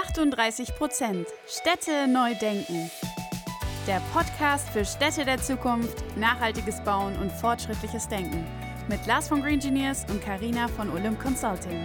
38% Städte neu denken. Der Podcast für Städte der Zukunft, nachhaltiges Bauen und fortschrittliches Denken. Mit Lars von Green Engineers und Carina von Olymp Consulting.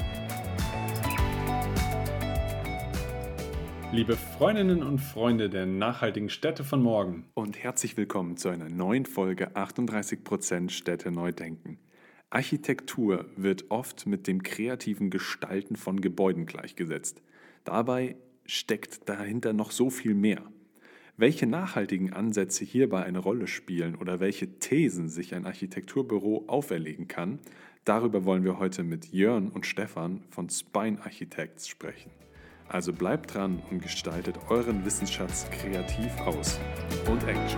Liebe Freundinnen und Freunde der nachhaltigen Städte von morgen und herzlich willkommen zu einer neuen Folge 38% Städte neu denken. Architektur wird oft mit dem kreativen Gestalten von Gebäuden gleichgesetzt. Dabei steckt dahinter noch so viel mehr. Welche nachhaltigen Ansätze hierbei eine Rolle spielen oder welche Thesen sich ein Architekturbüro auferlegen kann, darüber wollen wir heute mit Jörn und Stefan von Spine Architects sprechen. Also bleibt dran und gestaltet euren Wissensschatz kreativ aus. Und Action!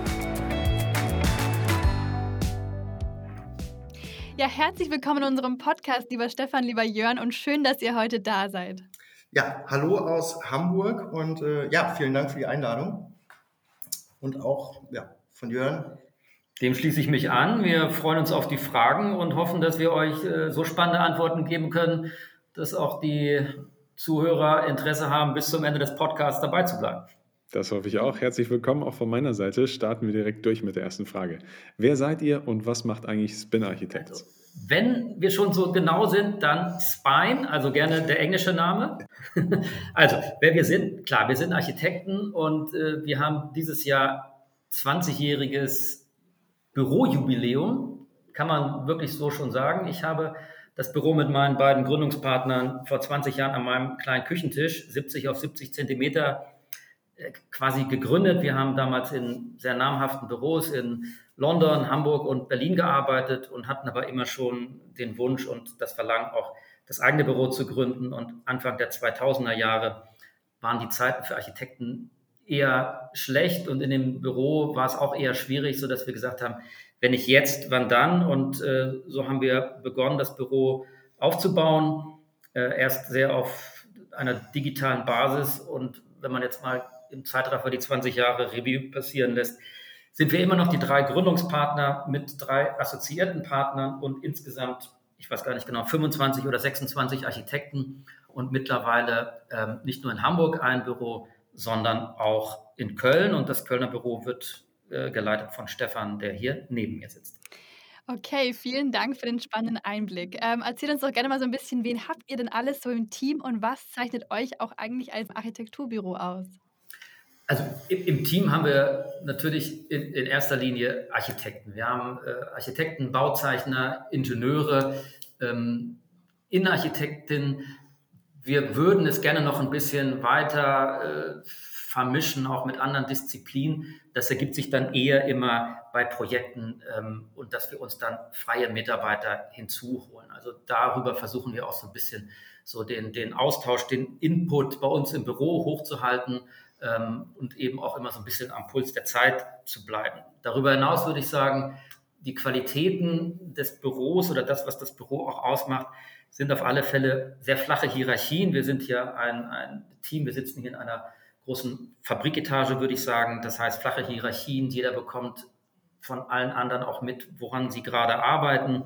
Ja, herzlich willkommen in unserem Podcast, lieber Stefan, lieber Jörn, und schön, dass ihr heute da seid. Ja, hallo aus Hamburg und vielen Dank für die Einladung. Und auch von Jörn. Dem schließe ich mich an. Wir freuen uns auf die Fragen und hoffen, dass wir euch so spannende Antworten geben können, dass auch die Zuhörer Interesse haben, bis zum Ende des Podcasts dabei zu bleiben. Das hoffe ich auch. Herzlich willkommen auch von meiner Seite. Starten wir direkt durch mit der ersten Frage. Wer seid ihr und was macht eigentlich Spine Architects? Also, wenn wir schon so genau sind, dann Spine, also gerne der englische Name. Also, wer wir sind, klar, wir sind Architekten und wir haben dieses Jahr 20-jähriges Bürojubiläum, kann man wirklich so schon sagen. Ich habe das Büro mit meinen beiden Gründungspartnern vor 20 Jahren an meinem kleinen Küchentisch, 70 auf 70 Zentimeter, quasi gegründet. Wir haben damals in sehr namhaften Büros in London, Hamburg und Berlin gearbeitet und hatten aber immer schon den Wunsch und das Verlangen, auch das eigene Büro zu gründen. Und Anfang der 2000er Jahre waren die Zeiten für Architekten eher schlecht und in dem Büro war es auch eher schwierig, sodass wir gesagt haben, wenn nicht jetzt, wann dann? Und so haben wir begonnen, das Büro aufzubauen, erst sehr auf einer digitalen Basis. Und wenn man jetzt mal im Zeitraffer die 20 Jahre Revue passieren lässt, sind wir immer noch die 3 Gründungspartner mit 3 assoziierten Partnern und insgesamt, ich weiß gar nicht genau, 25 oder 26 Architekten und mittlerweile nicht nur in Hamburg ein Büro, sondern auch in Köln. Und das Kölner Büro wird geleitet von Stefan, der hier neben mir sitzt. Okay, vielen Dank für den spannenden Einblick. Erzählt uns doch gerne mal so ein bisschen, wen habt ihr denn alles so im Team und was zeichnet euch auch eigentlich als Architekturbüro aus? Also im Team haben wir natürlich in erster Linie Architekten. Wir haben Architekten, Bauzeichner, Ingenieure, Innenarchitekten. Wir würden es gerne noch ein bisschen weiter vermischen, auch mit anderen Disziplinen. Das ergibt sich dann eher immer bei Projekten und dass wir uns dann freie Mitarbeiter hinzuholen. Also darüber versuchen wir auch so ein bisschen so den Austausch, den Input bei uns im Büro hochzuhalten und eben auch immer so ein bisschen am Puls der Zeit zu bleiben. Darüber hinaus würde ich sagen, die Qualitäten des Büros oder das, was das Büro auch ausmacht, sind auf alle Fälle sehr flache Hierarchien. Wir sind hier ein Team, wir sitzen hier in einer großen Fabriketage, würde ich sagen. Das heißt, flache Hierarchien, jeder bekommt von allen anderen auch mit, woran sie gerade arbeiten.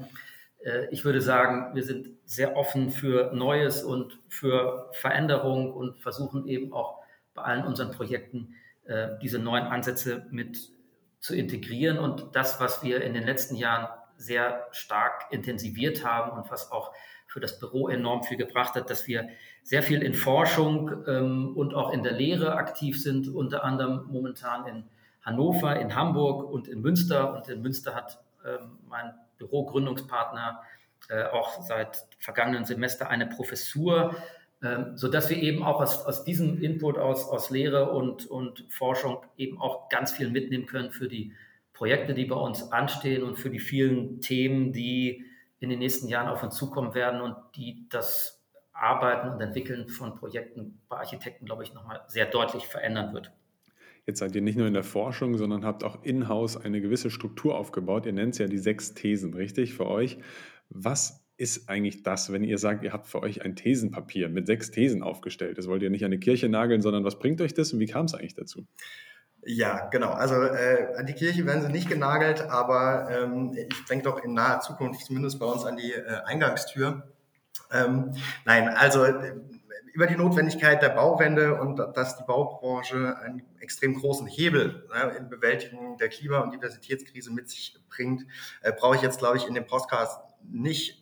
Ich würde sagen, wir sind sehr offen für Neues und für Veränderung und versuchen eben auch bei allen unseren Projekten diese neuen Ansätze mit zu integrieren. Und das, was wir in den letzten Jahren sehr stark intensiviert haben und was auch für das Büro enorm viel gebracht hat, dass wir sehr viel in Forschung und auch in der Lehre aktiv sind, unter anderem momentan in Hannover, in Hamburg und in Münster. Und in Münster hat mein Bürogründungspartner auch seit vergangenen Semester eine Professur, sodass wir eben auch aus diesem Input aus Lehre und Forschung eben auch ganz viel mitnehmen können für die Projekte, die bei uns anstehen und für die vielen Themen, die in den nächsten Jahren auf uns zukommen werden und die das Arbeiten und Entwickeln von Projekten bei Architekten, glaube ich, nochmal sehr deutlich verändern wird. Jetzt seid ihr nicht nur in der Forschung, sondern habt auch in-house eine gewisse Struktur aufgebaut. Ihr nennt es ja die 6 Thesen, richtig, für euch. Was ist eigentlich das, wenn ihr sagt, ihr habt für euch ein Thesenpapier mit 6 Thesen aufgestellt? Das wollt ihr nicht an die Kirche nageln, sondern was bringt euch das und wie kam es eigentlich dazu? Ja, genau. Also an die Kirche werden sie nicht genagelt, aber ich denke doch in naher Zukunft zumindest bei uns an die Eingangstür. Nein, also über die Notwendigkeit der Bauwende und dass die Baubranche einen extrem großen Hebel in Bewältigung der Klima- und Diversitätskrise mit sich bringt, brauche ich jetzt, glaube ich, in dem Podcast nicht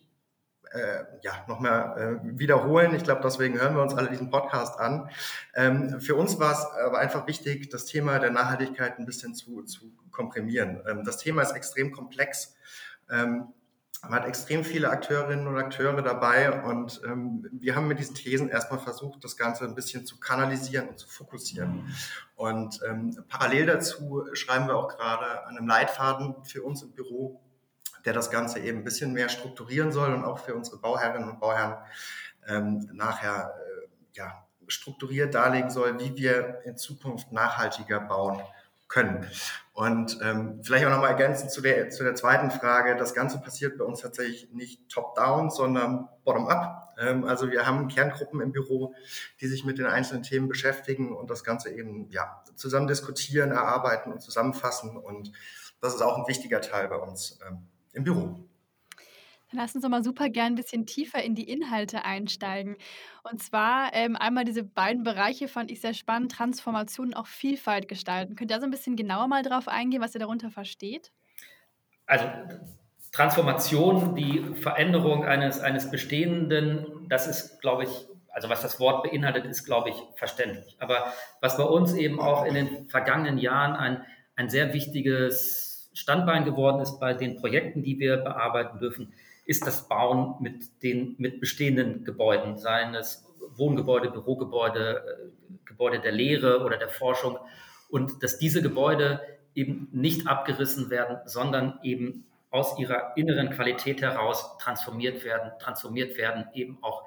noch mehr wiederholen. Ich glaube, deswegen hören wir uns alle diesen Podcast an. Für uns war es aber einfach wichtig, das Thema der Nachhaltigkeit ein bisschen zu komprimieren. Das Thema ist extrem komplex. Man hat extrem viele Akteurinnen und Akteure dabei und wir haben mit diesen Thesen erstmal versucht, das Ganze ein bisschen zu kanalisieren und zu fokussieren. Und parallel dazu schreiben wir auch gerade an einem Leitfaden für uns im Büro, der das Ganze eben ein bisschen mehr strukturieren soll und auch für unsere Bauherrinnen und Bauherren nachher strukturiert darlegen soll, wie wir in Zukunft nachhaltiger bauen können. Und vielleicht auch nochmal ergänzend zu der zweiten Frage, das Ganze passiert bei uns tatsächlich nicht top-down, sondern bottom-up. Also wir haben Kerngruppen im Büro, die sich mit den einzelnen Themen beschäftigen und das Ganze eben zusammen diskutieren, erarbeiten und zusammenfassen. Und das ist auch ein wichtiger Teil bei uns im Büro. Dann lass uns doch mal super gern ein bisschen tiefer in die Inhalte einsteigen. Und zwar einmal diese beiden Bereiche fand ich sehr spannend, Transformation und auch Vielfalt gestalten. Könnt ihr da so ein bisschen genauer mal drauf eingehen, was ihr darunter versteht? Also Transformation, die Veränderung eines Bestehenden, das ist, glaube ich, also was das Wort beinhaltet, ist, glaube ich, verständlich. Aber was bei uns eben auch in den vergangenen Jahren ein sehr wichtiges Standbein geworden ist bei den Projekten, die wir bearbeiten dürfen, ist das Bauen mit bestehenden Gebäuden, seien es Wohngebäude, Bürogebäude, Gebäude der Lehre oder der Forschung. Und dass diese Gebäude eben nicht abgerissen werden, sondern eben aus ihrer inneren Qualität heraus transformiert werden eben auch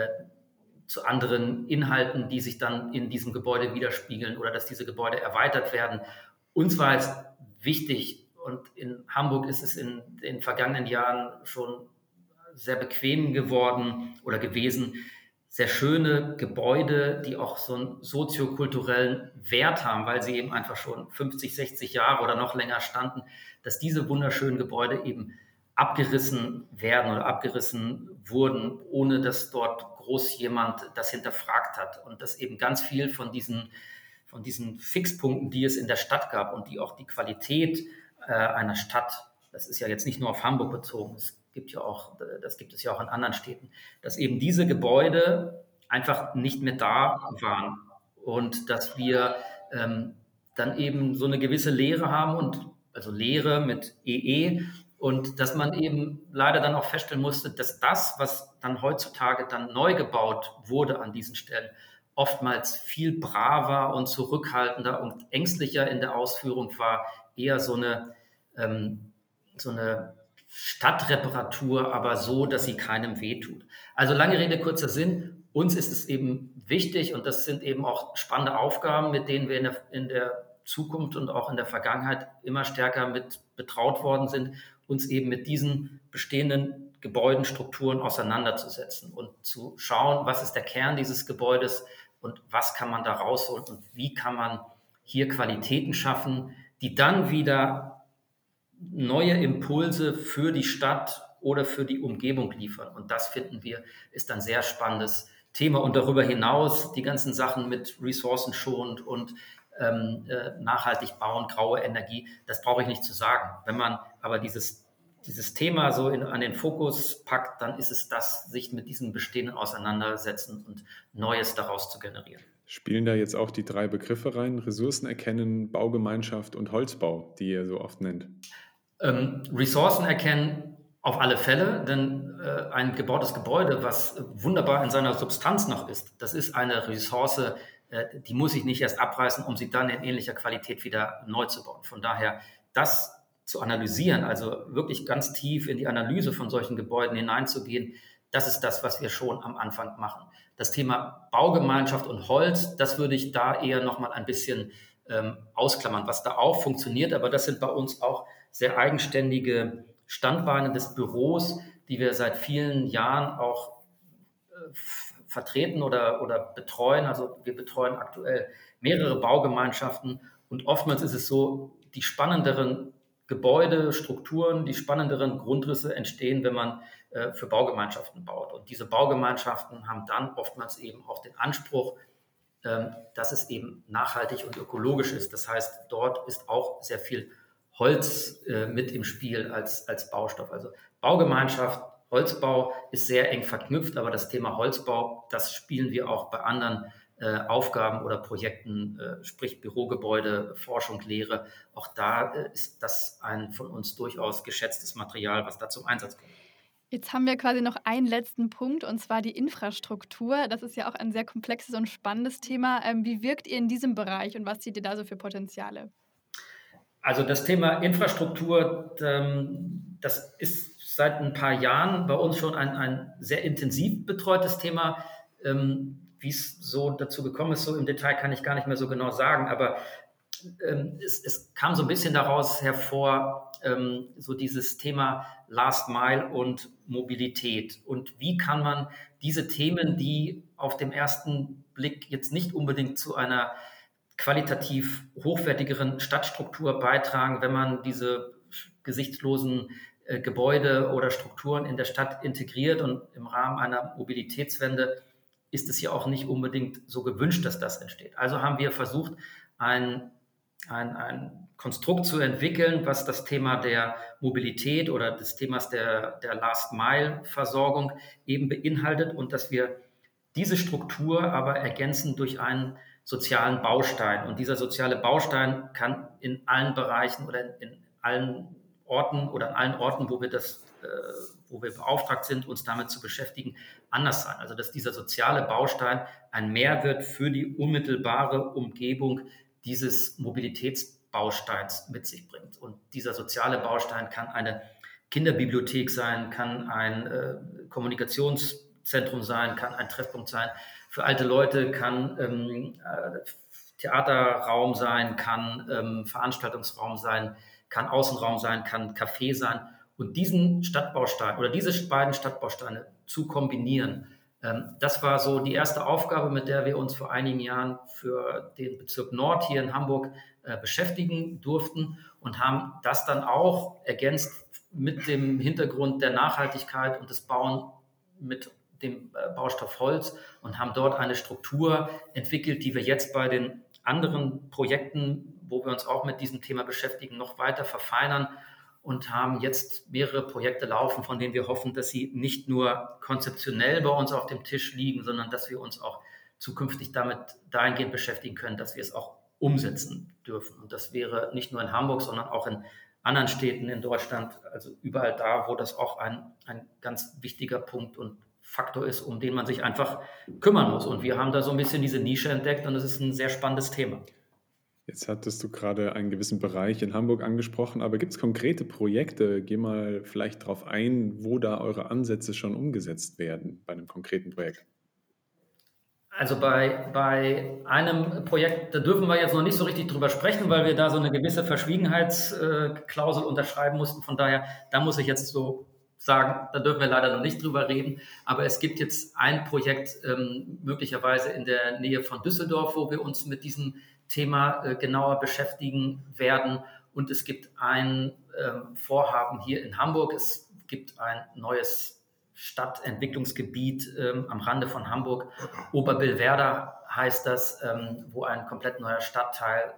zu anderen Inhalten, die sich dann in diesem Gebäude widerspiegeln oder dass diese Gebäude erweitert werden. Uns war es wichtig, und in Hamburg ist es in den vergangenen Jahren schon sehr bequem geworden oder gewesen, sehr schöne Gebäude, die auch so einen soziokulturellen Wert haben, weil sie eben einfach schon 50, 60 Jahre oder noch länger standen, dass diese wunderschönen Gebäude eben abgerissen werden oder abgerissen wurden, ohne dass dort groß jemand das hinterfragt hat. Und dass eben ganz viel von diesen Fixpunkten, die es in der Stadt gab und die auch die Qualität einer Stadt, das ist ja jetzt nicht nur auf Hamburg bezogen, das gibt es ja auch in anderen Städten, dass eben diese Gebäude einfach nicht mehr da waren und dass wir dann eben so eine gewisse Leere haben und also Leere mit EE und dass man eben leider dann auch feststellen musste, dass das, was dann heutzutage dann neu gebaut wurde an diesen Stellen, oftmals viel braver und zurückhaltender und ängstlicher in der Ausführung war, eher so eine Stadtreparatur, aber so, dass sie keinem wehtut. Also lange Rede, kurzer Sinn, uns ist es eben wichtig und das sind eben auch spannende Aufgaben, mit denen wir in der Zukunft und auch in der Vergangenheit immer stärker mit betraut worden sind, uns eben mit diesen bestehenden Gebäudenstrukturen auseinanderzusetzen und zu schauen, was ist der Kern dieses Gebäudes und was kann man da rausholen und wie kann man hier Qualitäten schaffen, die dann wieder neue Impulse für die Stadt oder für die Umgebung liefern. Und das, finden wir, ist ein sehr spannendes Thema. Und darüber hinaus die ganzen Sachen mit ressourcenschonend und nachhaltig bauen, graue Energie, das brauche ich nicht zu sagen. Wenn man aber dieses Thema so an den Fokus packt, dann ist es das, sich mit diesen Bestehenden auseinandersetzen und Neues daraus zu generieren. Spielen da jetzt auch die 3 Begriffe rein, Ressourcen erkennen, Baugemeinschaft und Holzbau, die ihr so oft nennt? Ressourcen erkennen auf alle Fälle, denn ein gebautes Gebäude, was wunderbar in seiner Substanz noch ist, das ist eine Ressource, die muss ich nicht erst abreißen, um sie dann in ähnlicher Qualität wieder neu zu bauen. Von daher, das zu analysieren, also wirklich ganz tief in die Analyse von solchen Gebäuden hineinzugehen, das ist das, was wir schon am Anfang machen. Das Thema Baugemeinschaft und Holz, das würde ich da eher nochmal ein bisschen ausklammern, was da auch funktioniert, aber das sind bei uns auch sehr eigenständige Standbeine des Büros, die wir seit vielen Jahren auch vertreten oder betreuen. Also wir betreuen aktuell mehrere Baugemeinschaften und oftmals ist es so, die spannenderen Gebäude, Strukturen, die spannenderen Grundrisse entstehen, wenn man für Baugemeinschaften baut. Und diese Baugemeinschaften haben dann oftmals eben auch den Anspruch, dass es eben nachhaltig und ökologisch ist. Das heißt, dort ist auch sehr viel Holz mit im Spiel als Baustoff. Also Baugemeinschaft, Holzbau ist sehr eng verknüpft, aber das Thema Holzbau, das spielen wir auch bei anderen Aufgaben oder Projekten, sprich Bürogebäude, Forschung, Lehre. Auch da ist das ein von uns durchaus geschätztes Material, was da zum Einsatz kommt. Jetzt haben wir quasi noch einen letzten Punkt, und zwar die Infrastruktur. Das ist ja auch ein sehr komplexes und spannendes Thema. Wie wirkt ihr in diesem Bereich und was seht ihr da so für Potenziale? Also das Thema Infrastruktur, das ist seit ein paar Jahren bei uns schon ein sehr intensiv betreutes Thema. Wie es so dazu gekommen ist, so im Detail kann ich gar nicht mehr so genau sagen, aber es kam so ein bisschen daraus hervor, so dieses Thema Last Mile und Mobilität. Und wie kann man diese Themen, die auf den ersten Blick jetzt nicht unbedingt zu einer qualitativ hochwertigeren Stadtstruktur beitragen, wenn man diese gesichtslosen Gebäude oder Strukturen in der Stadt integriert, und im Rahmen einer Mobilitätswende ist es ja auch nicht unbedingt so gewünscht, dass das entsteht. Also haben wir versucht, ein Konstrukt zu entwickeln, was das Thema der Mobilität oder des Themas der Last-Mile-Versorgung eben beinhaltet, und dass wir diese Struktur aber ergänzen durch einen sozialen Baustein. Und dieser soziale Baustein kann in allen Bereichen oder in allen Orten oder an allen Orten, wo wir beauftragt sind, uns damit zu beschäftigen, anders sein. Also dass dieser soziale Baustein ein Mehrwert für die unmittelbare Umgebung dieses Mobilitätsbausteins mit sich bringt. Und dieser soziale Baustein kann eine Kinderbibliothek sein, kann ein Kommunikationszentrum sein, kann ein Treffpunkt sein für alte Leute, kann Theaterraum sein, kann Veranstaltungsraum sein, kann Außenraum sein, kann Café sein. Und diesen Stadtbaustein oder diese beiden Stadtbausteine zu kombinieren, das war so die erste Aufgabe, mit der wir uns vor einigen Jahren für den Bezirk Nord hier in Hamburg beschäftigen durften und haben das dann auch ergänzt mit dem Hintergrund der Nachhaltigkeit und des Bauen mit dem Baustoff Holz und haben dort eine Struktur entwickelt, die wir jetzt bei den anderen Projekten, wo wir uns auch mit diesem Thema beschäftigen, noch weiter verfeinern und haben jetzt mehrere Projekte laufen, von denen wir hoffen, dass sie nicht nur konzeptionell bei uns auf dem Tisch liegen, sondern dass wir uns auch zukünftig damit dahingehend beschäftigen können, dass wir es auch umsetzen dürfen. Und das wäre nicht nur in Hamburg, sondern auch in anderen Städten in Deutschland, also überall da, wo das auch ein ganz wichtiger Punkt und Faktor ist, um den man sich einfach kümmern muss. Und wir haben da so ein bisschen diese Nische entdeckt und es ist ein sehr spannendes Thema. Jetzt hattest du gerade einen gewissen Bereich in Hamburg angesprochen, aber gibt es konkrete Projekte? Geh mal vielleicht darauf ein, wo da eure Ansätze schon umgesetzt werden bei einem konkreten Projekt. Also bei einem Projekt, da dürfen wir jetzt noch nicht so richtig drüber sprechen, weil wir da so eine gewisse Verschwiegenheitsklausel unterschreiben mussten. Von daher, da muss ich jetzt so sagen, da dürfen wir leider noch nicht drüber reden. Aber es gibt jetzt ein Projekt möglicherweise in der Nähe von Düsseldorf, wo wir uns mit diesem Thema genauer beschäftigen werden. Und es gibt ein Vorhaben hier in Hamburg. Es gibt ein neues Stadtentwicklungsgebiet am Rande von Hamburg. Oberbillwerder heißt das, wo ein komplett neuer Stadtteil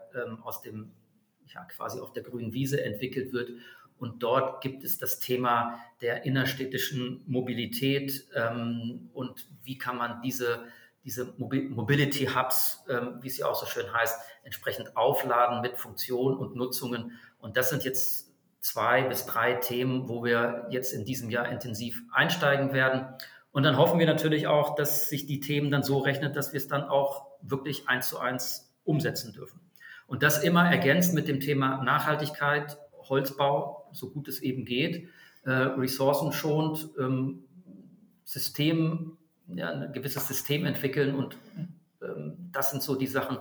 quasi auf der grünen Wiese entwickelt wird. Und dort gibt es das Thema der innerstädtischen Mobilität und wie kann man diese Mobility Hubs, wie es ja auch so schön heißt, entsprechend aufladen mit Funktionen und Nutzungen. Und das sind jetzt 2 bis 3 Themen, wo wir jetzt in diesem Jahr intensiv einsteigen werden. Und dann hoffen wir natürlich auch, dass sich die Themen dann so rechnen, dass wir es dann auch wirklich 1:1 umsetzen dürfen. Und das immer ergänzt mit dem Thema Nachhaltigkeit, Holzbau, so gut es eben geht, ressourcenschonend, ein gewisses System entwickeln und das sind so die Sachen,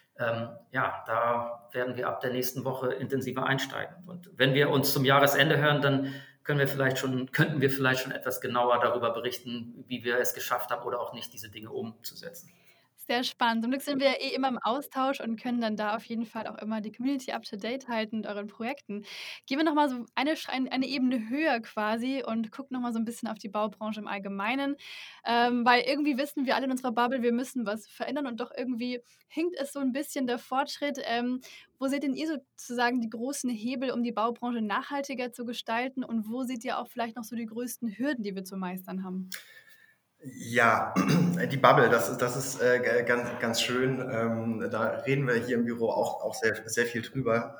da werden wir ab der nächsten Woche intensiver einsteigen. Und wenn wir uns zum Jahresende hören, dann könnten wir vielleicht schon etwas genauer darüber berichten, wie wir es geschafft haben oder auch nicht, diese Dinge umzusetzen. Sehr spannend. Zum Glück sind wir ja immer im Austausch und können dann da auf jeden Fall auch immer die Community up to date halten mit euren Projekten. Gehen wir noch mal so eine Ebene höher quasi und gucken noch mal so ein bisschen auf die Baubranche im Allgemeinen, weil irgendwie wissen wir alle in unserer Bubble, wir müssen was verändern und doch irgendwie hinkt es so ein bisschen der Fortschritt. Wo seht denn ihr sozusagen die großen Hebel, um die Baubranche nachhaltiger zu gestalten und wo seht ihr auch vielleicht noch so die größten Hürden, die wir zu meistern haben? Ja, die Bubble, das ist ganz, ganz schön. Da reden wir hier im Büro auch sehr, sehr viel drüber.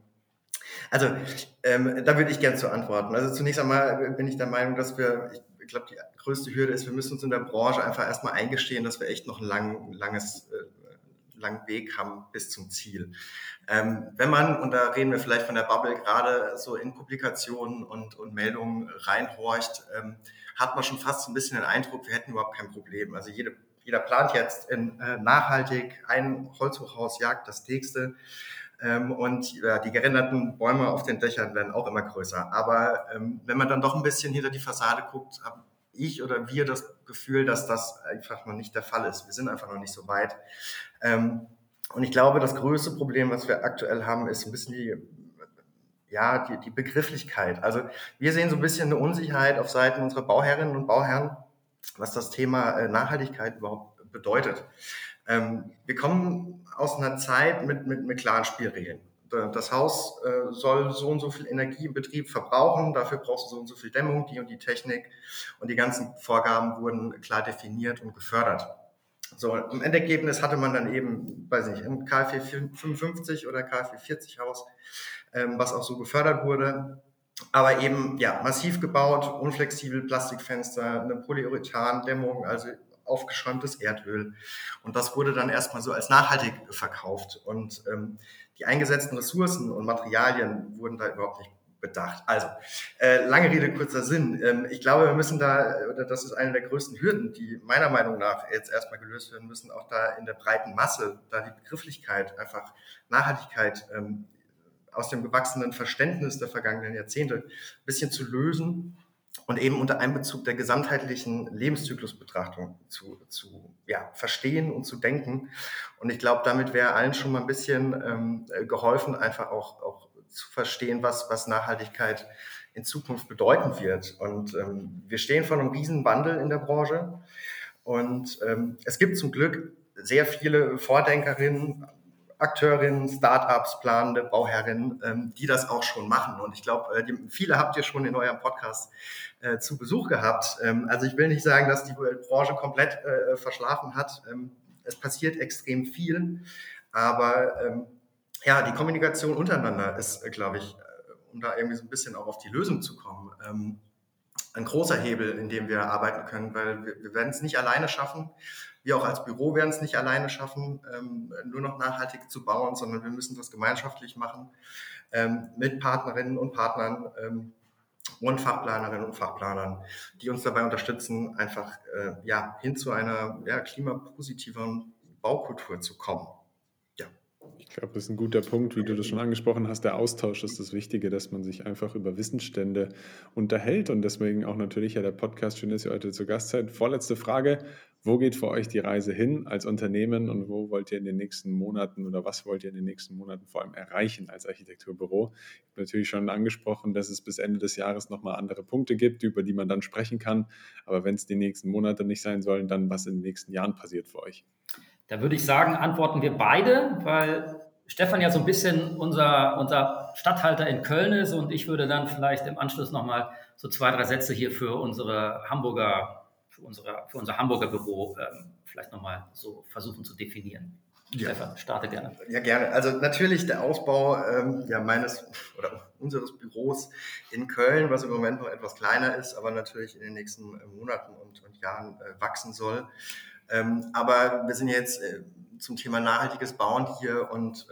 Da würde ich gerne zu antworten. Also zunächst einmal bin ich der Meinung, dass ich glaube, die größte Hürde ist, wir müssen uns in der Branche einfach erstmal eingestehen, dass wir echt noch einen langen Weg haben bis zum Ziel. Wenn man, und da reden wir vielleicht von der Bubble, gerade so in Publikationen und Meldungen reinhorcht, hat man schon fast so ein bisschen den Eindruck, wir hätten überhaupt kein Problem. Also jeder plant jetzt in nachhaltig, ein Holzhochhaus jagt das nächste. Die gerenderten Bäume auf den Dächern werden auch immer größer. Aber wenn man dann doch ein bisschen hinter die Fassade guckt, habe ich oder wir das Gefühl, dass das einfach noch nicht der Fall ist. Wir sind einfach noch nicht so weit. Und ich glaube, das größte Problem, was wir aktuell haben, ist ein bisschen die Begrifflichkeit. Also wir sehen so ein bisschen eine Unsicherheit auf Seiten unserer Bauherrinnen und Bauherren, was das Thema Nachhaltigkeit überhaupt bedeutet. Wir kommen aus einer Zeit mit klaren Spielregeln. Das Haus soll so und so viel Energie im Betrieb verbrauchen, dafür brauchst du so und so viel Dämmung, die und die Technik, und die ganzen Vorgaben wurden klar definiert und gefördert. So, im Endergebnis hatte man dann eben, weiß nicht, im KfW 55 oder KfW 40 Haus, was auch so gefördert wurde, aber eben massiv gebaut, unflexibel, Plastikfenster, eine Polyurethan-Dämmung, also aufgeschäumtes Erdöl. Und das wurde dann erstmal so als nachhaltig verkauft. Und die eingesetzten Ressourcen und Materialien wurden da überhaupt nicht bedacht. Also, lange Rede, kurzer Sinn. Ich glaube, wir müssen das ist eine der größten Hürden, die meiner Meinung nach jetzt erstmal gelöst werden müssen, auch da in der breiten Masse, da die Begrifflichkeit, einfach Nachhaltigkeit aus dem gewachsenen Verständnis der vergangenen Jahrzehnte ein bisschen zu lösen und eben unter Einbezug der gesamtheitlichen Lebenszyklusbetrachtung zu verstehen und zu denken. Und ich glaube, damit wäre allen schon mal ein bisschen geholfen, einfach auch zu verstehen, was Nachhaltigkeit in Zukunft bedeuten wird. Und wir stehen vor einem riesen Wandel in der Branche. Und es gibt zum Glück sehr viele Vordenkerinnen, Akteurinnen, Startups, planende Bauherrinnen, die das auch schon machen. Und ich glaube, viele habt ihr schon in eurem Podcast zu Besuch gehabt. Also ich will nicht sagen, dass die Branche komplett verschlafen hat. Es passiert extrem viel. Aber die Kommunikation untereinander ist, glaube ich, um da irgendwie so ein bisschen auch auf die Lösung zu kommen, ein großer Hebel, in dem wir arbeiten können, weil wir werden es nicht alleine schaffen. Wir auch als Büro werden es nicht alleine schaffen, nur noch nachhaltig zu bauen, sondern wir müssen das gemeinschaftlich machen mit Partnerinnen und Partnern und Fachplanerinnen und Fachplanern, die uns dabei unterstützen, einfach hin zu einer klimapositiveren Baukultur zu kommen. Ich glaube, das ist ein guter Punkt, wie du das schon angesprochen hast. Der Austausch ist das Wichtige, dass man sich einfach über Wissensstände unterhält und deswegen auch natürlich der Podcast. Schön, dass ihr heute zu Gast seid. Vorletzte Frage: Wo geht für euch die Reise hin als Unternehmen und wo wollt ihr in den nächsten Monaten oder was wollt ihr in den nächsten Monaten vor allem erreichen als Architekturbüro? Ich habe natürlich schon angesprochen, dass es bis Ende des Jahres nochmal andere Punkte gibt, über die man dann sprechen kann. Aber wenn es die nächsten Monate nicht sein sollen, dann was in den nächsten Jahren passiert für euch? Da würde ich sagen, antworten wir beide, weil Stefan ja so ein bisschen unser Statthalter in Köln ist und ich würde dann vielleicht im Anschluss nochmal so 2, 3 Sätze hier für unser Hamburger Büro vielleicht nochmal so versuchen zu definieren. Ja. Stefan, starte gerne. Ja, gerne. Also natürlich der Ausbau meines oder unseres Büros in Köln, was im Moment noch etwas kleiner ist, aber natürlich in den nächsten Monaten und Jahren wachsen soll. Aber wir sind jetzt zum Thema nachhaltiges Bauen hier und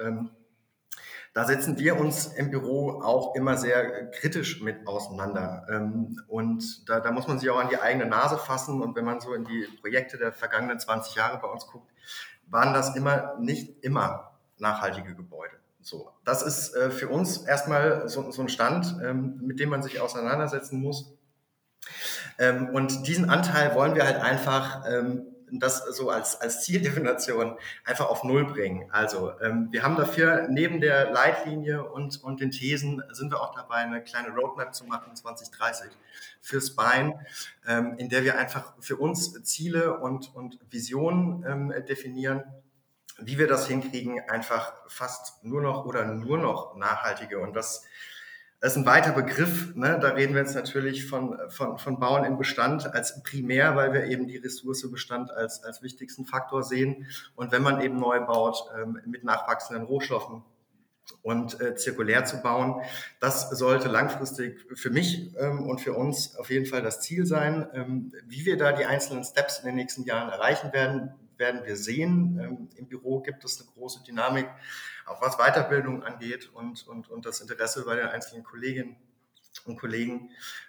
da setzen wir uns im Büro auch immer sehr kritisch mit auseinander. Und da muss man sich auch an die eigene Nase fassen. Und wenn man so in die Projekte der vergangenen 20 Jahre bei uns guckt, waren das nicht immer nachhaltige Gebäude. So, das ist für uns erstmal so ein Stand, mit dem man sich auseinandersetzen muss. Und diesen Anteil wollen wir halt einfach das so als Zieldefinition einfach auf Null bringen. Also wir haben dafür neben der Leitlinie und den Thesen sind wir auch dabei, eine kleine Roadmap zu machen, 2030, fürs Bein, in der wir einfach für uns Ziele und Visionen definieren, wie wir das hinkriegen, einfach fast nur noch nachhaltige. Und das ist ein weiter Begriff, ne? Da reden wir jetzt natürlich von Bauen in Bestand als primär, weil wir eben die Ressource Bestand als wichtigsten Faktor sehen. Und wenn man eben neu baut, mit nachwachsenden Rohstoffen und zirkulär zu bauen, das sollte langfristig für mich und für uns auf jeden Fall das Ziel sein. Wie wir da die einzelnen Steps in den nächsten Jahren erreichen werden wir sehen. Im Büro gibt es eine große Dynamik, auch was Weiterbildung angeht und das Interesse bei den einzelnen Kolleginnen und Kollegen.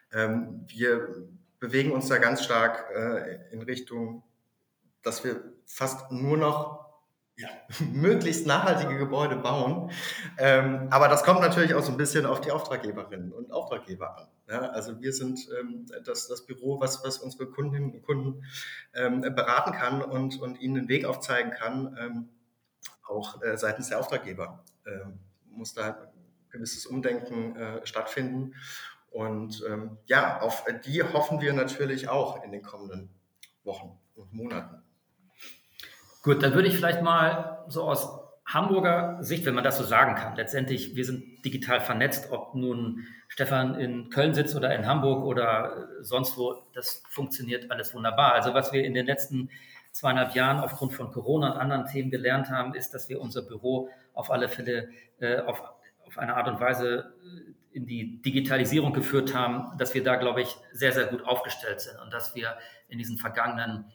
Wir bewegen uns da ganz stark in Richtung, dass wir fast nur noch möglichst nachhaltige Gebäude bauen. Aber das kommt natürlich auch so ein bisschen auf die Auftraggeberinnen und Auftraggeber an. Ja, also wir sind das Büro, was unsere Kundinnen und Kunden beraten kann und ihnen einen Weg aufzeigen kann. Auch seitens der Auftraggeber muss da ein gewisses Umdenken stattfinden. Und auf die hoffen wir natürlich auch in den kommenden Wochen und Monaten. Gut, dann würde ich vielleicht mal so aus Hamburger Sicht, wenn man das so sagen kann, letztendlich, wir sind digital vernetzt, ob nun Stefan in Köln sitzt oder in Hamburg oder sonst wo, das funktioniert alles wunderbar. Also was wir in den letzten 2,5 Jahren aufgrund von Corona und anderen Themen gelernt haben, ist, dass wir unser Büro auf alle Fälle auf eine Art und Weise in die Digitalisierung geführt haben, dass wir da, glaube ich, sehr, sehr gut aufgestellt sind und dass wir in diesen vergangenen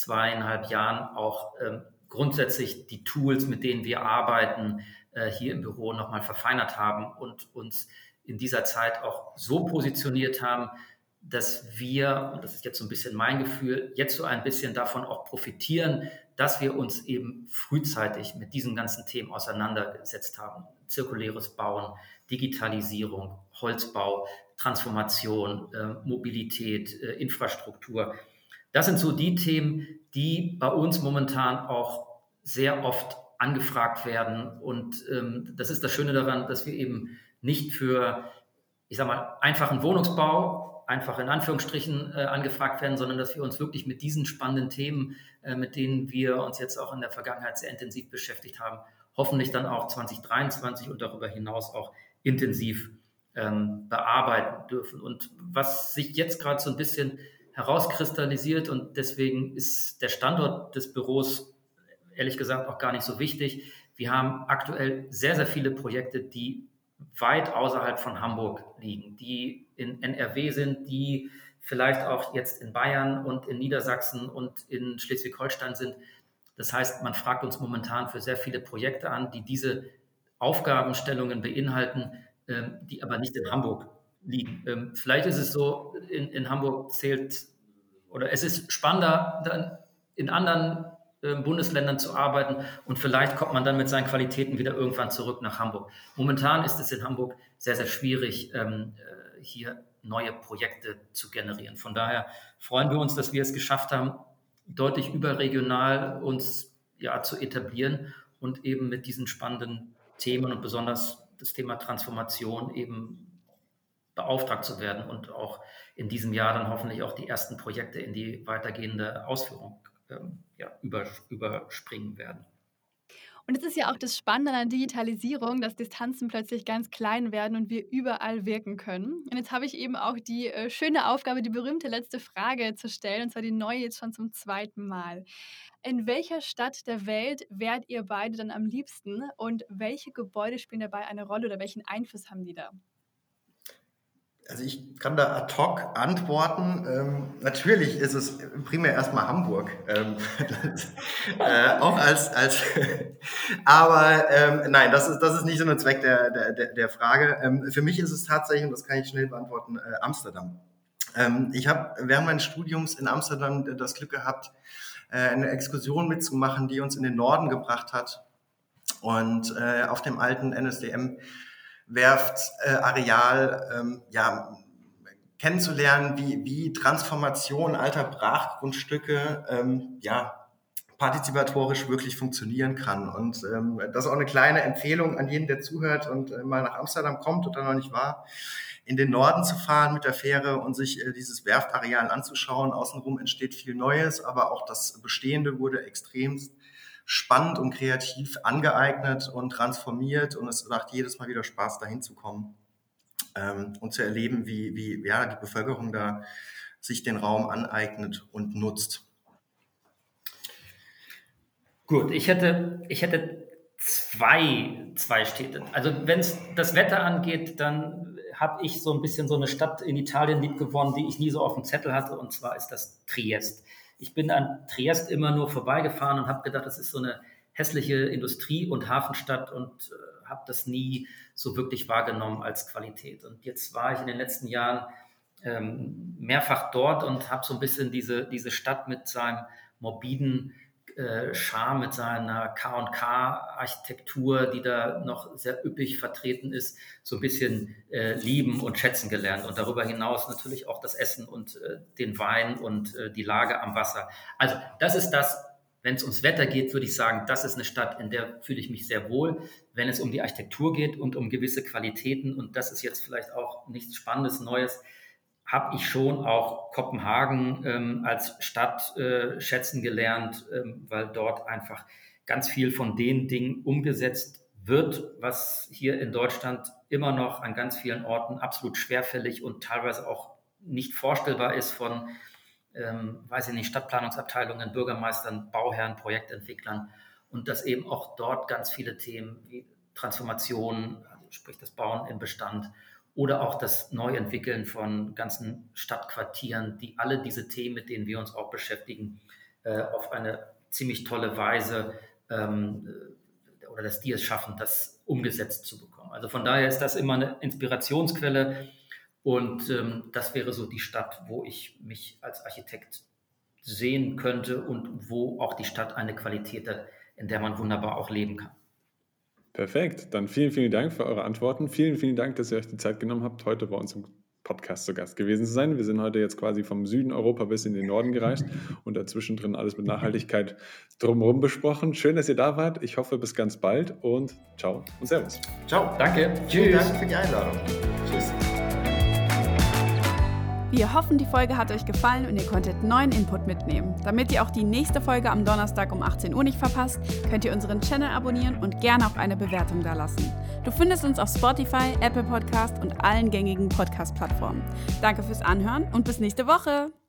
2,5 Jahren auch grundsätzlich die Tools, mit denen wir arbeiten, hier im Büro nochmal verfeinert haben und uns in dieser Zeit auch so positioniert haben, dass wir, und das ist jetzt so ein bisschen mein Gefühl, jetzt so ein bisschen davon auch profitieren, dass wir uns eben frühzeitig mit diesen ganzen Themen auseinandergesetzt haben. Zirkuläres Bauen, Digitalisierung, Holzbau, Transformation, Mobilität, Infrastruktur. Das sind so die Themen, die bei uns momentan auch sehr oft angefragt werden. Und das ist das Schöne daran, dass wir eben nicht für, ich sag mal, einfachen Wohnungsbau, einfach in Anführungsstrichen angefragt werden, sondern dass wir uns wirklich mit diesen spannenden Themen, mit denen wir uns jetzt auch in der Vergangenheit sehr intensiv beschäftigt haben, hoffentlich dann auch 2023 und darüber hinaus auch intensiv bearbeiten dürfen. Und was sich jetzt gerade so ein bisschen herauskristallisiert und deswegen ist der Standort des Büros ehrlich gesagt auch gar nicht so wichtig. Wir haben aktuell sehr, sehr viele Projekte, die weit außerhalb von Hamburg liegen, die in NRW sind, die vielleicht auch jetzt in Bayern und in Niedersachsen und in Schleswig-Holstein sind. Das heißt, man fragt uns momentan für sehr viele Projekte an, die diese Aufgabenstellungen beinhalten, die aber nicht in Hamburg liegen. Vielleicht ist es so, in Hamburg zählt, oder es ist spannender, dann in anderen Bundesländern zu arbeiten und vielleicht kommt man dann mit seinen Qualitäten wieder irgendwann zurück nach Hamburg. Momentan ist es in Hamburg sehr, sehr schwierig, hier neue Projekte zu generieren. Von daher freuen wir uns, dass wir es geschafft haben, deutlich überregional uns zu etablieren und eben mit diesen spannenden Themen und besonders das Thema Transformation eben beauftragt zu werden und auch in diesem Jahr dann hoffentlich auch die ersten Projekte in die weitergehende Ausführung überspringen werden. Und es ist ja auch das Spannende an der Digitalisierung, dass Distanzen plötzlich ganz klein werden und wir überall wirken können. Und jetzt habe ich eben auch die schöne Aufgabe, die berühmte letzte Frage zu stellen, und zwar die neue jetzt schon zum 2. Mal. In welcher Stadt der Welt wärt ihr beide dann am liebsten und welche Gebäude spielen dabei eine Rolle oder welchen Einfluss haben die da? Also ich kann da ad hoc antworten. Natürlich ist es primär erstmal Hamburg. Auch aber nein, das ist nicht so ein Zweck der Frage. Für mich ist es tatsächlich, und das kann ich schnell beantworten, Amsterdam. Ich habe während meines Studiums in Amsterdam das Glück gehabt, eine Exkursion mitzumachen, die uns in den Norden gebracht hat. Und auf dem alten NSDM Werft, Areal, kennenzulernen, wie Transformation alter Brachgrundstücke partizipatorisch wirklich funktionieren kann. Und das ist auch eine kleine Empfehlung an jeden, der zuhört und mal nach Amsterdam kommt oder noch nicht war, in den Norden zu fahren mit der Fähre und sich dieses Werftareal anzuschauen. Außenrum entsteht viel Neues, aber auch das Bestehende wurde extrem spannend und kreativ angeeignet und transformiert. Und es macht jedes Mal wieder Spaß, dahin zu kommen und zu erleben, wie die Bevölkerung da sich den Raum aneignet und nutzt. Gut, ich hätte zwei Städte. Also wenn es das Wetter angeht, dann habe ich so ein bisschen so eine Stadt in Italien liebgewonnen, die ich nie so auf dem Zettel hatte, und zwar ist das Triest. Ich bin an Triest immer nur vorbeigefahren und habe gedacht, das ist so eine hässliche Industrie- und Hafenstadt und habe das nie so wirklich wahrgenommen als Qualität. Und jetzt war ich in den letzten Jahren mehrfach dort und habe so ein bisschen diese Stadt mit seinem morbiden Charme, mit seiner K&K-Architektur, die da noch sehr üppig vertreten ist, so ein bisschen lieben und schätzen gelernt. Und darüber hinaus natürlich auch das Essen und den Wein und die Lage am Wasser. Also das ist das, wenn es ums Wetter geht, würde ich sagen, das ist eine Stadt, in der fühle ich mich sehr wohl. Wenn es um die Architektur geht und um gewisse Qualitäten, und das ist jetzt vielleicht auch nichts Spannendes, Neues, habe ich schon auch Kopenhagen als Stadt schätzen gelernt, weil dort einfach ganz viel von den Dingen umgesetzt wird, was hier in Deutschland immer noch an ganz vielen Orten absolut schwerfällig und teilweise auch nicht vorstellbar ist von, Stadtplanungsabteilungen, Bürgermeistern, Bauherren, Projektentwicklern, und dass eben auch dort ganz viele Themen wie Transformation, also sprich das Bauen im Bestand, oder auch das Neuentwickeln von ganzen Stadtquartieren, die alle diese Themen, mit denen wir uns auch beschäftigen, auf eine ziemlich tolle Weise oder dass die es schaffen, das umgesetzt zu bekommen. Also von daher ist das immer eine Inspirationsquelle, und das wäre so die Stadt, wo ich mich als Architekt sehen könnte und wo auch die Stadt eine Qualität hat, in der man wunderbar auch leben kann. Perfekt, dann vielen, vielen Dank für eure Antworten. Vielen, vielen Dank, dass ihr euch die Zeit genommen habt, heute bei uns im Podcast zu Gast gewesen zu sein. Wir sind heute jetzt quasi vom Süden Europa bis in den Norden gereist und dazwischen drin alles mit Nachhaltigkeit drumherum besprochen. Schön, dass ihr da wart. Ich hoffe, bis ganz bald und ciao und servus. Ciao. Danke. Vielen Dank für die Einladung. Tschüss. Wir hoffen, die Folge hat euch gefallen und ihr konntet neuen Input mitnehmen. Damit ihr auch die nächste Folge am Donnerstag um 18 Uhr nicht verpasst, könnt ihr unseren Channel abonnieren und gerne auch eine Bewertung dalassen. Du findest uns auf Spotify, Apple Podcast und allen gängigen Podcast-Plattformen. Danke fürs Anhören und bis nächste Woche!